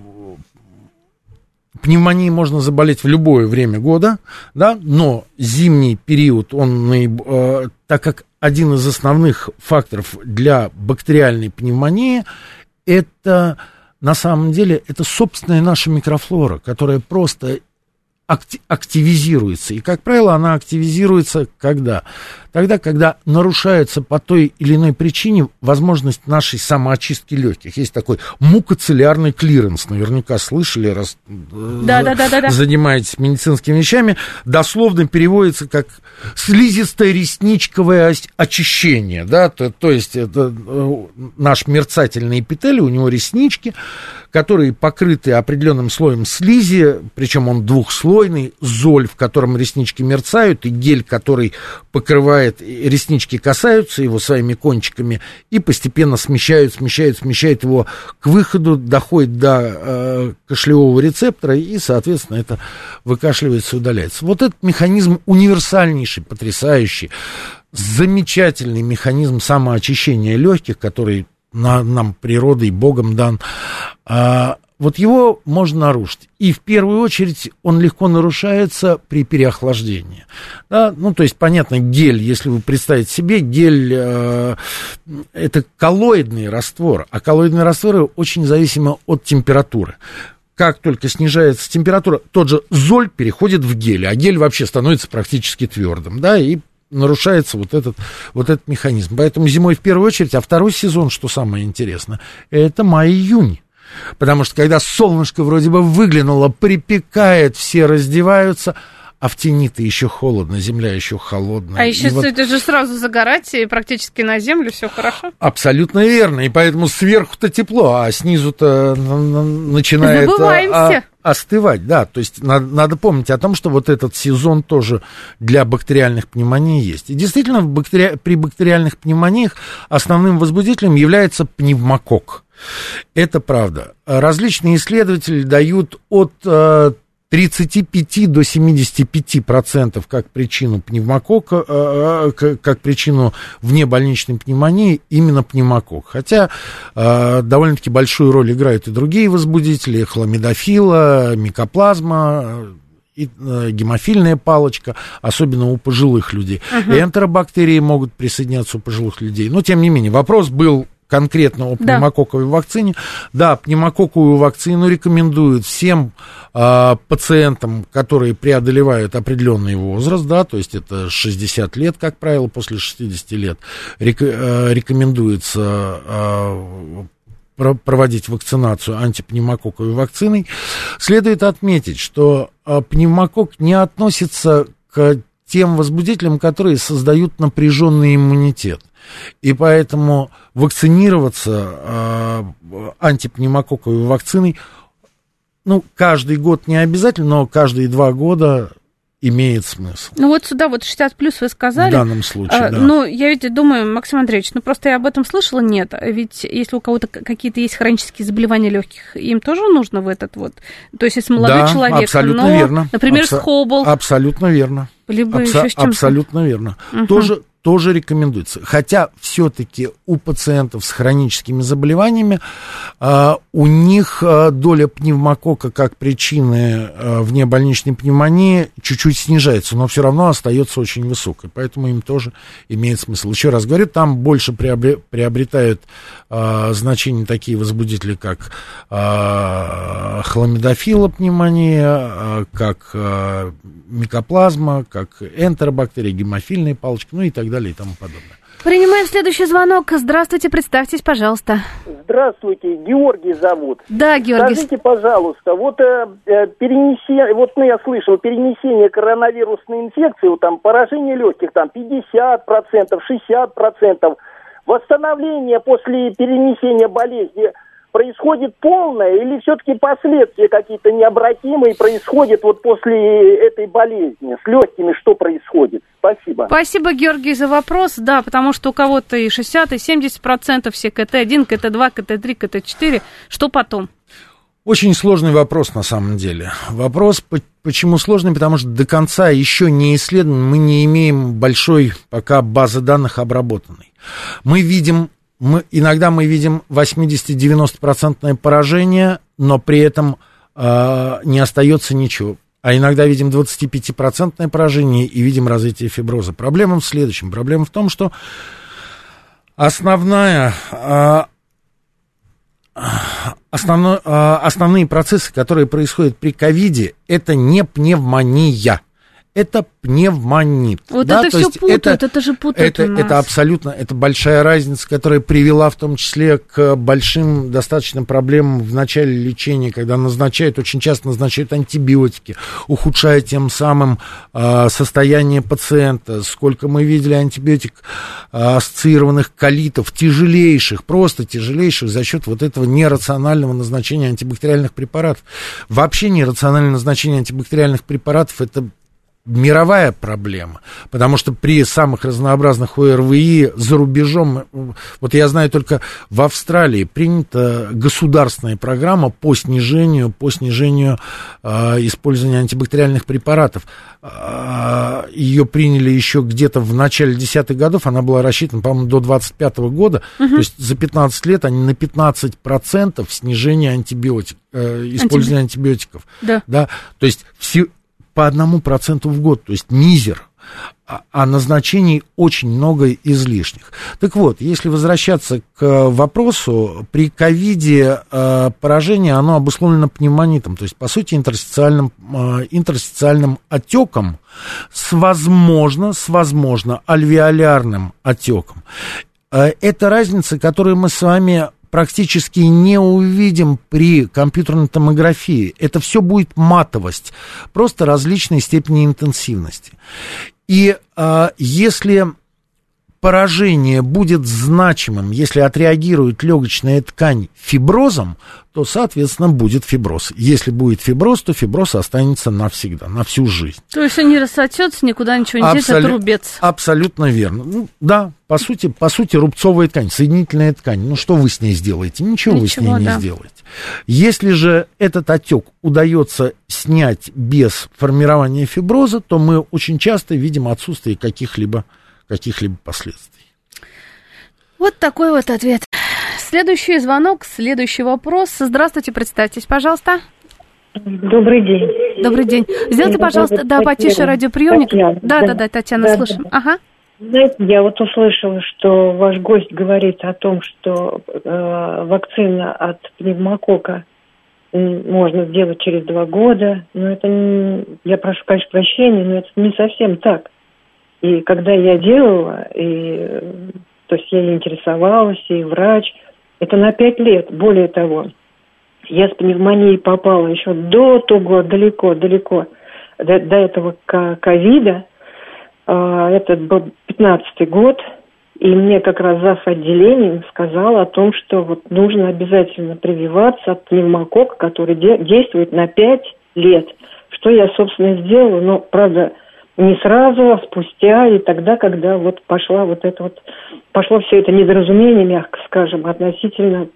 пневмонией можно заболеть в любое время года, да, но зимний период, он, э, так как один из основных факторов для бактериальной пневмонии, это... На самом деле, это собственная наша микрофлора, которая просто активизируется. И, как правило, она активизируется когда? Тогда, когда нарушается по той или иной причине возможность нашей самоочистки легких. Есть такой мукоцеллярный клиренс. Наверняка слышали, раз да, да, да, да, да. занимаетесь медицинскими вещами. Дословно переводится как слизистое ресничковое очищение. Да? То, то есть это наш мерцательный эпителий, у него реснички, которые покрыты определенным слоем слизи, причем он двухслойный, золь, в котором реснички мерцают, и гель, который покрывает, реснички касаются его своими кончиками и постепенно смещают, смещают, смещают его к выходу, доходит до э, кашлевого рецептора, и, соответственно, это выкашливается и удаляется. Вот этот механизм универсальнейший, потрясающий, замечательный механизм самоочищения легких, который на, нам природой, Богом дан, а, вот его можно нарушить. И в первую очередь он легко нарушается при переохлаждении. Да? Ну, то есть, понятно, гель, если вы представите себе, гель э, это коллоидный раствор, а коллоидные растворы очень зависимы от температуры. Как только снижается температура, тот же золь переходит в гель, а гель вообще становится практически твердым, да, и нарушается вот этот, вот этот механизм. Поэтому зимой в первую очередь, а второй сезон, что самое интересное, это май-июнь. Потому что когда солнышко вроде бы выглянуло, припекает, все раздеваются, а в тени-то еще холодно, земля еще холодная. А еще вот... это же сразу загорать и практически на землю, все хорошо. Абсолютно верно, и поэтому сверху-то тепло, а снизу-то начинает а, остывать, да, то есть надо, надо помнить о том, что вот этот сезон тоже для бактериальных пневмоний есть. И действительно, в бактери... при бактериальных пневмониях основным возбудителем является пневмококк. Это правда. Различные исследователи дают от тридцать пять до семьдесят пять процентов как причину пневмококка, как причину внебольничной пневмонии именно пневмококк. Хотя довольно-таки большую роль играют и другие возбудители: хламидофила, микоплазма, и гемофильная палочка, особенно у пожилых людей. Uh-huh. Энтеробактерии могут присоединяться у пожилых людей. Но, тем не менее, вопрос был конкретно о пневмококковой да. вакцине. Да, пневмококковую вакцину рекомендуют всем э, пациентам, которые преодолевают определенный возраст, да, то есть это шестьдесят лет, как правило, после шестидесяти лет рек, э, рекомендуется э, проводить вакцинацию антипневмококковой вакциной. Следует отметить, что э, пневмококк не относится к тем возбудителям, которые создают напряженный иммунитет. И поэтому вакцинироваться э, антипневмококковой вакциной, ну, каждый год не обязательно, но каждые два года имеет смысл. Ну, вот сюда вот шестьдесят плюс вы сказали. В данном случае, а, да. Ну, я ведь думаю, Максим Андреевич, ну, просто я об этом слышала, нет. Ведь если у кого-то какие-то есть хронические заболевания легких, им тоже нужно в этот вот... То есть, если молодой да, человек, абсолютно но, верно. например, Абсо- с Хоббл... Абсолютно верно. Либо Абсо- еще с чем-то. Абсолютно верно. Угу. Тоже... тоже рекомендуется. Хотя все-таки у пациентов с хроническими заболеваниями э, у них э, доля пневмококка как причины э, внебольничной пневмонии чуть-чуть снижается, но все равно остается очень высокой. Поэтому им тоже имеет смысл. Еще раз говорю, там больше приобре- приобретают э, значение такие возбудители, как э, хламидофила пневмония, э, как э, микоплазма, как энтеробактерия, гемофильные палочки, ну и так далее и тому подобное. Принимаем следующий звонок. Здравствуйте, представьтесь, пожалуйста. Здравствуйте, Георгий зовут. Да, Георгий. Скажите, пожалуйста, вот э, перенесение, вот ну, я слышал, перенесение коронавирусной инфекции, вот там поражение легких, там пятьдесят процентов, шестьдесят процентов, восстановление после перенесения болезни происходит полное или все-таки последствия какие-то необратимые происходят вот после этой болезни? С легкими что происходит? Спасибо. Спасибо, Георгий, за вопрос. Да, потому что у кого-то и шестьдесят, и семьдесят процентов все ка тэ один, ка тэ два, ка тэ три, ка тэ четыре. Что потом? Очень сложный вопрос на самом деле. Вопрос, почему сложный, потому что до конца еще не исследован, мы не имеем большой пока базы данных обработанной. Мы видим... Мы, иногда мы видим восемьдесят-девяносто процентов поражение, но при этом э, не остается ничего. А иногда видим двадцать пять процентов поражение и видим развитие фиброза. Проблема в следующем. Проблема в том, что основная, э, основной, э, основные процессы, которые происходят при ковиде, это не пневмония. Это пневмонит. Вот да? это То все путают, это, это же путают это, у нас. Это абсолютно, это большая разница, которая привела в том числе к большим достаточно проблемам в начале лечения, когда назначают, очень часто назначают антибиотики, ухудшая тем самым э, состояние пациента. Сколько мы видели антибиотик э, ассоциированных колитов, тяжелейших, просто тяжелейших за счет вот этого нерационального назначения антибактериальных препаратов. Вообще нерациональное назначение антибактериальных препаратов — это мировая проблема, потому что при самых разнообразных о эр вэ и за рубежом, вот я знаю, только в Австралии принята государственная программа по снижению, по снижению э, использования антибактериальных препаратов. Э, ее приняли еще где-то в начале десятых годов, она была рассчитана, по-моему, до двадцать пятого года, угу. То есть за пятнадцать лет они на пятнадцать процентов снижения антибиотик, э, использования Антиб... антибиотиков. Да. Да, то есть все по одному проценту в год, то есть мизер, а, а назначений очень много излишних. Так вот, если возвращаться к вопросу, при ковиде э, поражение, оно обусловлено пневмонитом, то есть, по сути, интерстициальным, э, интерстициальным отеком с, возможно, с, возможно, альвеолярным отеком. Э, это разница, которую мы с вами практически не увидим при компьютерной томографии. Это все будет матовость, просто различной степени интенсивности. И а, если поражение будет значимым, если отреагирует легочная ткань фиброзом, то, соответственно, будет фиброз. Если будет фиброз, то фиброз останется навсегда, на всю жизнь. То есть он не рассосется, никуда ничего не деться, это рубец. Абсолютно верно. Ну, да, по сути, по сути, рубцовая ткань, соединительная ткань. Ну, что вы с ней сделаете? Ничего, Ничего вы с ней да. не сделаете. Если же этот отек удается снять без формирования фиброза, то мы очень часто видим отсутствие каких-либо, каких-либо последствий. Вот такой вот ответ. Следующий звонок, следующий вопрос. Здравствуйте, представьтесь, пожалуйста. Добрый день. Добрый день. Сделайте, пожалуйста, да, потише радиоприемник. Татьяна. Да, да, да, Татьяна, да, слышим. Да. Ага. Знаете, я вот услышала, что ваш гость говорит о том, что э, вакцина от пневмококка можно сделать через два года. Но это не, я прошу, конечно, прощения, но это не совсем так. И когда я делала, и, то есть я интересовалась, и врач, это на пять лет. Более того, я с пневмонией попала еще до того, далеко-далеко, до, до этого ковида. Это был пятнадцатый год, и мне как раз зав. Отделением сказал о том, что вот нужно обязательно прививаться от пневмококка, который де- действует на пять лет. Что я, собственно, сделала, но, правда, не сразу, а спустя, и тогда, когда вот пошла вот это вот, пошло все это недоразумение, мягко скажем, относительно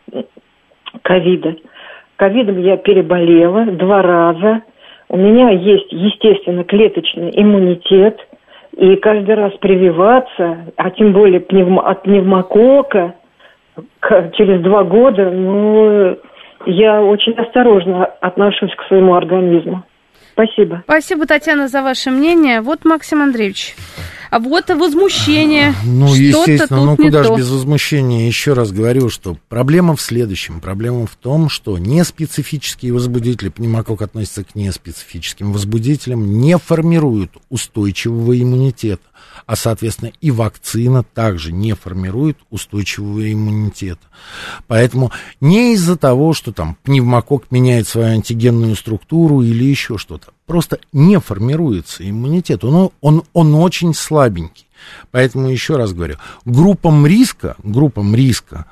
ковида. Ковидом я переболела два раза. У меня есть, естественно, клеточный иммунитет. И каждый раз прививаться, а тем более пневмо, от пневмокока к, через два года, ну, я очень осторожно отношусь к своему организму. Спасибо. Спасибо, Татьяна, за ваше мнение. Вот, Максим Андреевич, а вот возмущение. Ну, что-то естественно, тут ну не куда то. же без возмущения. Еще раз говорю, что проблема в следующем. Проблема в том, что неспецифические возбудители, пневмокок относится к неспецифическим возбудителям, не формируют устойчивого иммунитета. А, соответственно, и вакцина также не формирует устойчивого иммунитета. Поэтому не из-за того, что там пневмокок меняет свою антигенную структуру или еще что-то. Просто не формируется иммунитет. Он, он, он очень слабенький. Поэтому еще раз говорю, группам риска, группам риска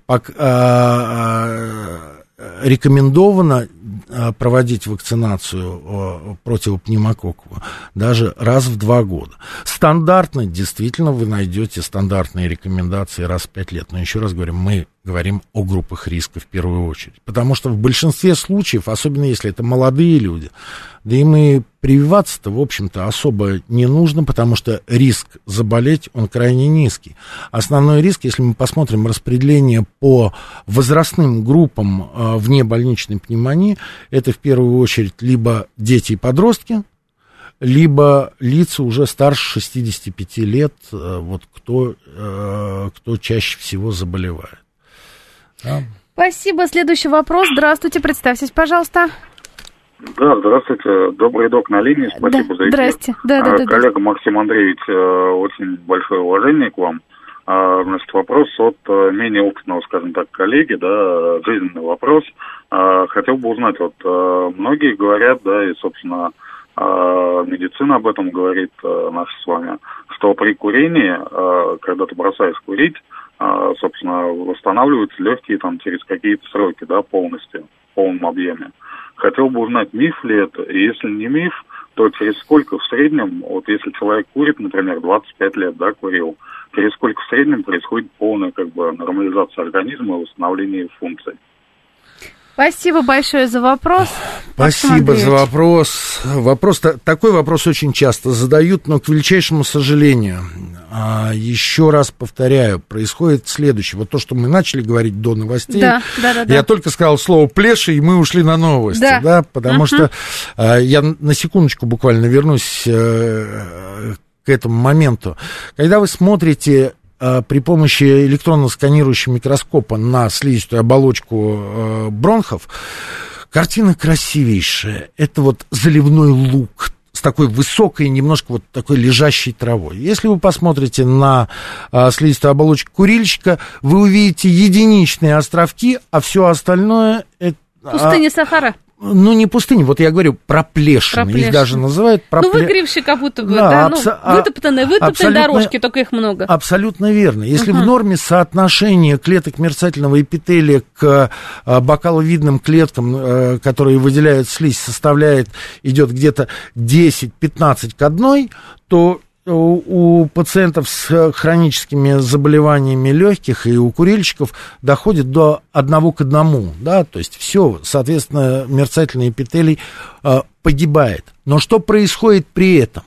рекомендовано проводить вакцинацию противопневмококковую даже раз в два года. Стандартно, действительно, вы найдете стандартные рекомендации раз в пять лет. Но еще раз говорю, мы говорим о группах риска в первую очередь. Потому что в большинстве случаев, особенно если это молодые люди, да им и прививаться-то, в общем-то, особо не нужно, потому что риск заболеть, он крайне низкий. Основной риск, если мы посмотрим распределение по возрастным группам э, внебольничной пневмонии, это в первую очередь либо дети и подростки, либо лица уже старше шестидесяти пяти лет, э, вот кто, э, кто чаще всего заболевает. Да. Спасибо. Следующий вопрос. Здравствуйте, представьтесь, пожалуйста. Да, здравствуйте. Добрый док на линии. Спасибо да, за эфир. Здрасте. Да, да, да, коллега Максим Андреевич, очень большое уважение к вам. Значит, вопрос от менее опытного, скажем так, коллеги, да, жизненный вопрос. Хотел бы узнать, вот многие говорят, да, и, собственно, медицина об этом говорит, наша с вами, что при курении, когда ты бросаешь курить, собственно, восстанавливаются легкие там через какие-то сроки, да, полностью, в полном объеме. Хотел бы узнать, миф ли это, и если не миф, то через сколько в среднем, вот если человек курит, например, двадцать пять лет, да, курил, через сколько в среднем происходит полная, как бы, нормализация организма и восстановление функций? Спасибо большое за вопрос. Спасибо за вопрос. Вопрос. Такой вопрос очень часто задают, но, к величайшему сожалению, еще раз повторяю, происходит следующее. Вот то, что мы начали говорить до новостей, да, да, да, да. Я только сказал слово «плеши», и мы ушли на новости, да, да потому uh-huh. что я на секундочку буквально вернусь к этому моменту. Когда вы смотрите при помощи электронно-сканирующего микроскопа на слизистую оболочку бронхов, картина красивейшая. Это вот заливной луг с такой высокой, немножко вот такой лежащей травой. Если вы посмотрите на слизистую оболочку курильщика, вы увидите единичные островки, а все остальное... Это, пустыня Сахара. Ну, не пустыни, вот я говорю, проплешины, их даже называют проплешины. Ну, выгоревшие как будто бы, да, да, абсо- ну, вытоптанные, вытоптанные дорожки, только их много. Абсолютно верно. Если uh-huh. в норме соотношение клеток мерцательного эпителия к а, бокаловидным клеткам, а, которые выделяют слизь, составляет, идет где-то десять-пятнадцать к одной, то у пациентов с хроническими заболеваниями легких и у курильщиков доходит до одного к одному, да, то есть все, соответственно, мерцательный эпителий э, погибает. Но что происходит при этом?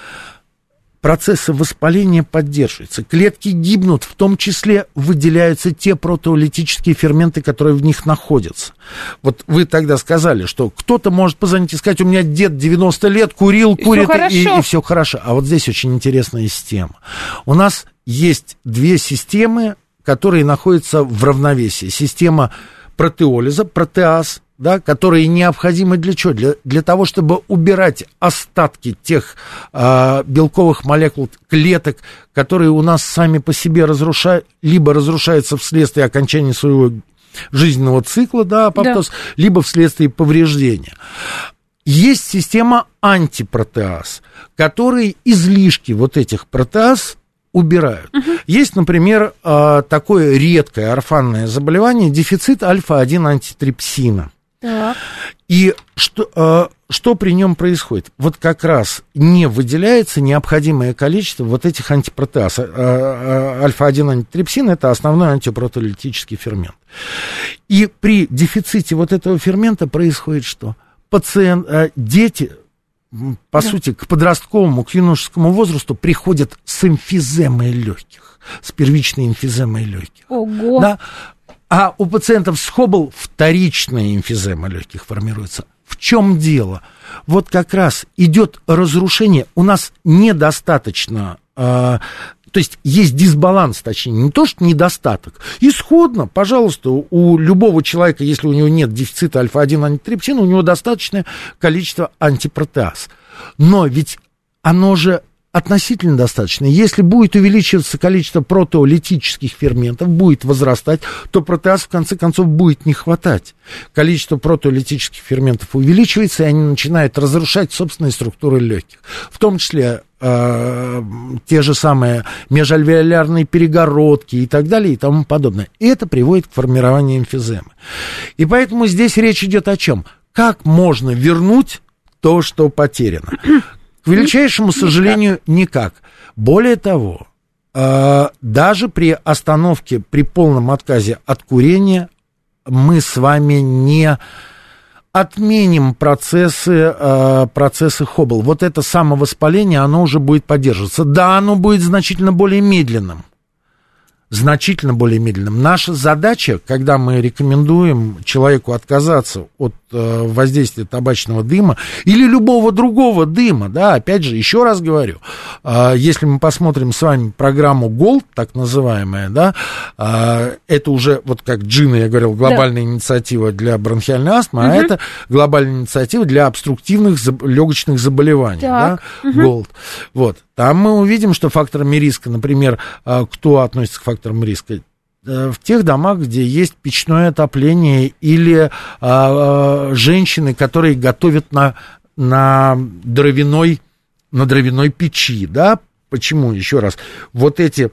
Процессы воспаления поддерживаются, клетки гибнут, в том числе выделяются те протеолитические ферменты, которые в них находятся. Вот вы тогда сказали, что кто-то может позвонить и сказать, у меня дед девяносто лет, курил, и курит, все и, и все хорошо. А вот здесь очень интересная система. У нас есть две системы, которые находятся в равновесии. Система протеолиза, протеаз, да, которые необходимы для чего? Для, для того, чтобы убирать остатки тех а, белковых молекул, клеток, которые у нас сами по себе разрушают, либо разрушаются вследствие окончания своего жизненного цикла, да, апоптоз, да. либо вследствие повреждения. Есть система антипротеаз, которые излишки вот этих протеаз убирают. Uh-huh. Есть, например, такое редкое орфанное заболевание, дефицит альфа один антитрипсина. Так. И что, что при нем происходит? Вот как раз не выделяется необходимое количество вот этих антипротеаз. альфа один антитрипсин – это основной антипротеолитический фермент. И при дефиците вот этого фермента происходит что? Пациент, дети по да. сути, к подростковому, к юношескому возрасту приходят с эмфиземой легких, с первичной эмфиземой легких. Ого! Да? А у пациентов с Хоббл вторичная эмфизема легких формируется. В чем дело? Вот как раз идет разрушение. У нас недостаточно, э, то есть есть дисбаланс, точнее, не то, что недостаток. Исходно, пожалуйста, у любого человека, если у него нет дефицита альфа один антитриптина, у него достаточное количество антипротеаз. Но ведь оно же относительно достаточно. Если будет увеличиваться количество протеолитических ферментов, будет возрастать, то протеаз в конце концов будет не хватать. Количество протеолитических ферментов увеличивается, и они начинают разрушать собственные структуры легких. В том числе э, те же самые межальвеолярные перегородки и так далее и тому подобное. И это приводит к формированию эмфиземы. И поэтому здесь речь идет о чем? Как можно вернуть то, что потеряно? К величайшему сожалению, никак. Более того, э, даже при остановке, при полном отказе от курения, мы с вами не отменим процессы, э, процессы Хоббл. Вот это самовоспаление, оно уже будет поддерживаться. Да, оно будет значительно более медленным. Значительно более медленным. Наша задача, когда мы рекомендуем человеку отказаться от э, воздействия табачного дыма или любого другого дыма, да, опять же, еще раз говорю, э, если мы посмотрим с вами программу Голд, так называемая, да, э, это уже, вот как Джина, я говорил, глобальная да. инициатива для бронхиальной астмы, угу. а это глобальная инициатива для обструктивных заб- легочных заболеваний, так. да, угу. Голд. Вот. Там мы увидим, что факторами риска, например, кто относится к факторам риска, в тех домах, где есть печное отопление или а, женщины, которые готовят на, на, дровяной, на дровяной печи, да, почему, еще раз, вот эти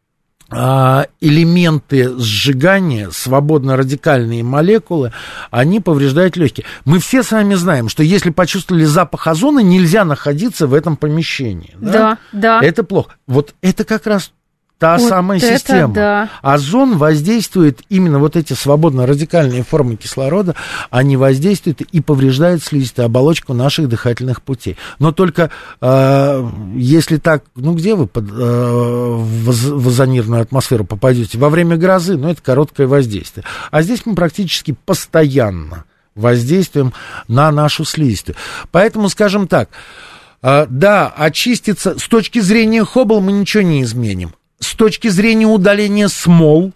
элементы сжигания, свободно-радикальные молекулы, они повреждают легкие. Мы все с вами знаем, что если почувствовали запах озона, нельзя находиться в этом помещении. Да, да. да. Это плохо. Вот это как раз та вот самая это, система. Да. Озон воздействует, именно вот эти свободно-радикальные формы кислорода, они воздействуют и повреждают слизистую оболочку наших дыхательных путей. Но только э, если так, ну где вы под, э, в, в озонированную атмосферу попадете? Во время грозы, ну это короткое воздействие. А здесь мы практически постоянно воздействуем на нашу слизистую. Поэтому, скажем так, э, да, очиститься, с точки зрения Хоббл мы ничего не изменим. С точки зрения удаления смол,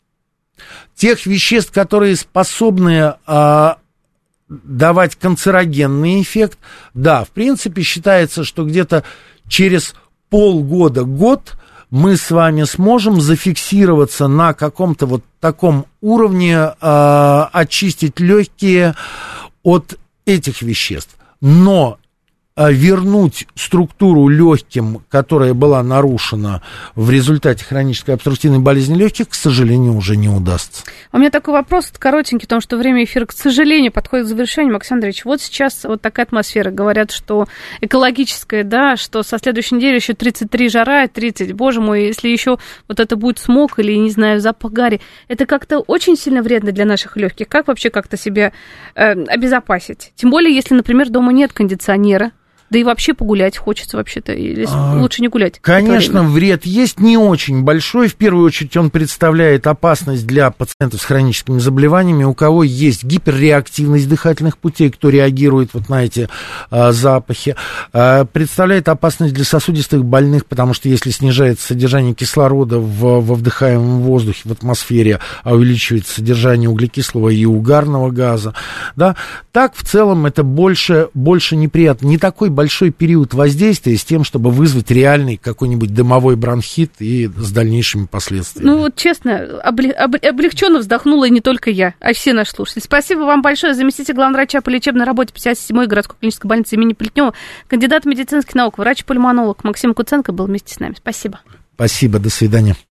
тех веществ, которые способны а, давать канцерогенный эффект, да, в принципе, считается, что где-то через полгода-год мы с вами сможем зафиксироваться на каком-то вот таком уровне, а, очистить легкие от этих веществ. Но вернуть структуру легким, которая была нарушена в результате хронической обструктивной болезни легких, к сожалению, уже не удастся. У меня такой вопрос коротенький, потому что время эфира, к сожалению, подходит к завершению. Максим Андреевич, вот сейчас вот такая атмосфера. Говорят, что экологическая, да, что со следующей недели еще тридцать три жара, тридцать, боже мой, если еще вот это будет смог или, не знаю, запах гари, это как-то очень сильно вредно для наших легких. Как вообще как-то себя э, обезопасить? Тем более, если, например, дома нет кондиционера. Да и вообще погулять хочется вообще-то, или а, лучше не гулять? Конечно, вред есть не очень большой. В первую очередь он представляет опасность для пациентов с хроническими заболеваниями, у кого есть гиперреактивность дыхательных путей, кто реагирует вот на эти а, запахи. А, представляет опасность для сосудистых больных, потому что если снижается содержание кислорода в, во вдыхаемом воздухе, в атмосфере, а увеличивается содержание углекислого и угарного газа, да, так в целом это больше, больше неприятно. Не такой большой период воздействия с тем, чтобы вызвать реальный какой-нибудь дымовой бронхит и с дальнейшими последствиями. Ну вот честно, облегченно вздохнула и не только я, а все наши слушатели. Спасибо вам большое. Заместитель главврача по лечебной работе пятьдесят седьмой городской клинической больницы имени Плетнева, кандидат медицинских наук, врач-пульмонолог Максим Куценко был вместе с нами. Спасибо. Спасибо, до свидания.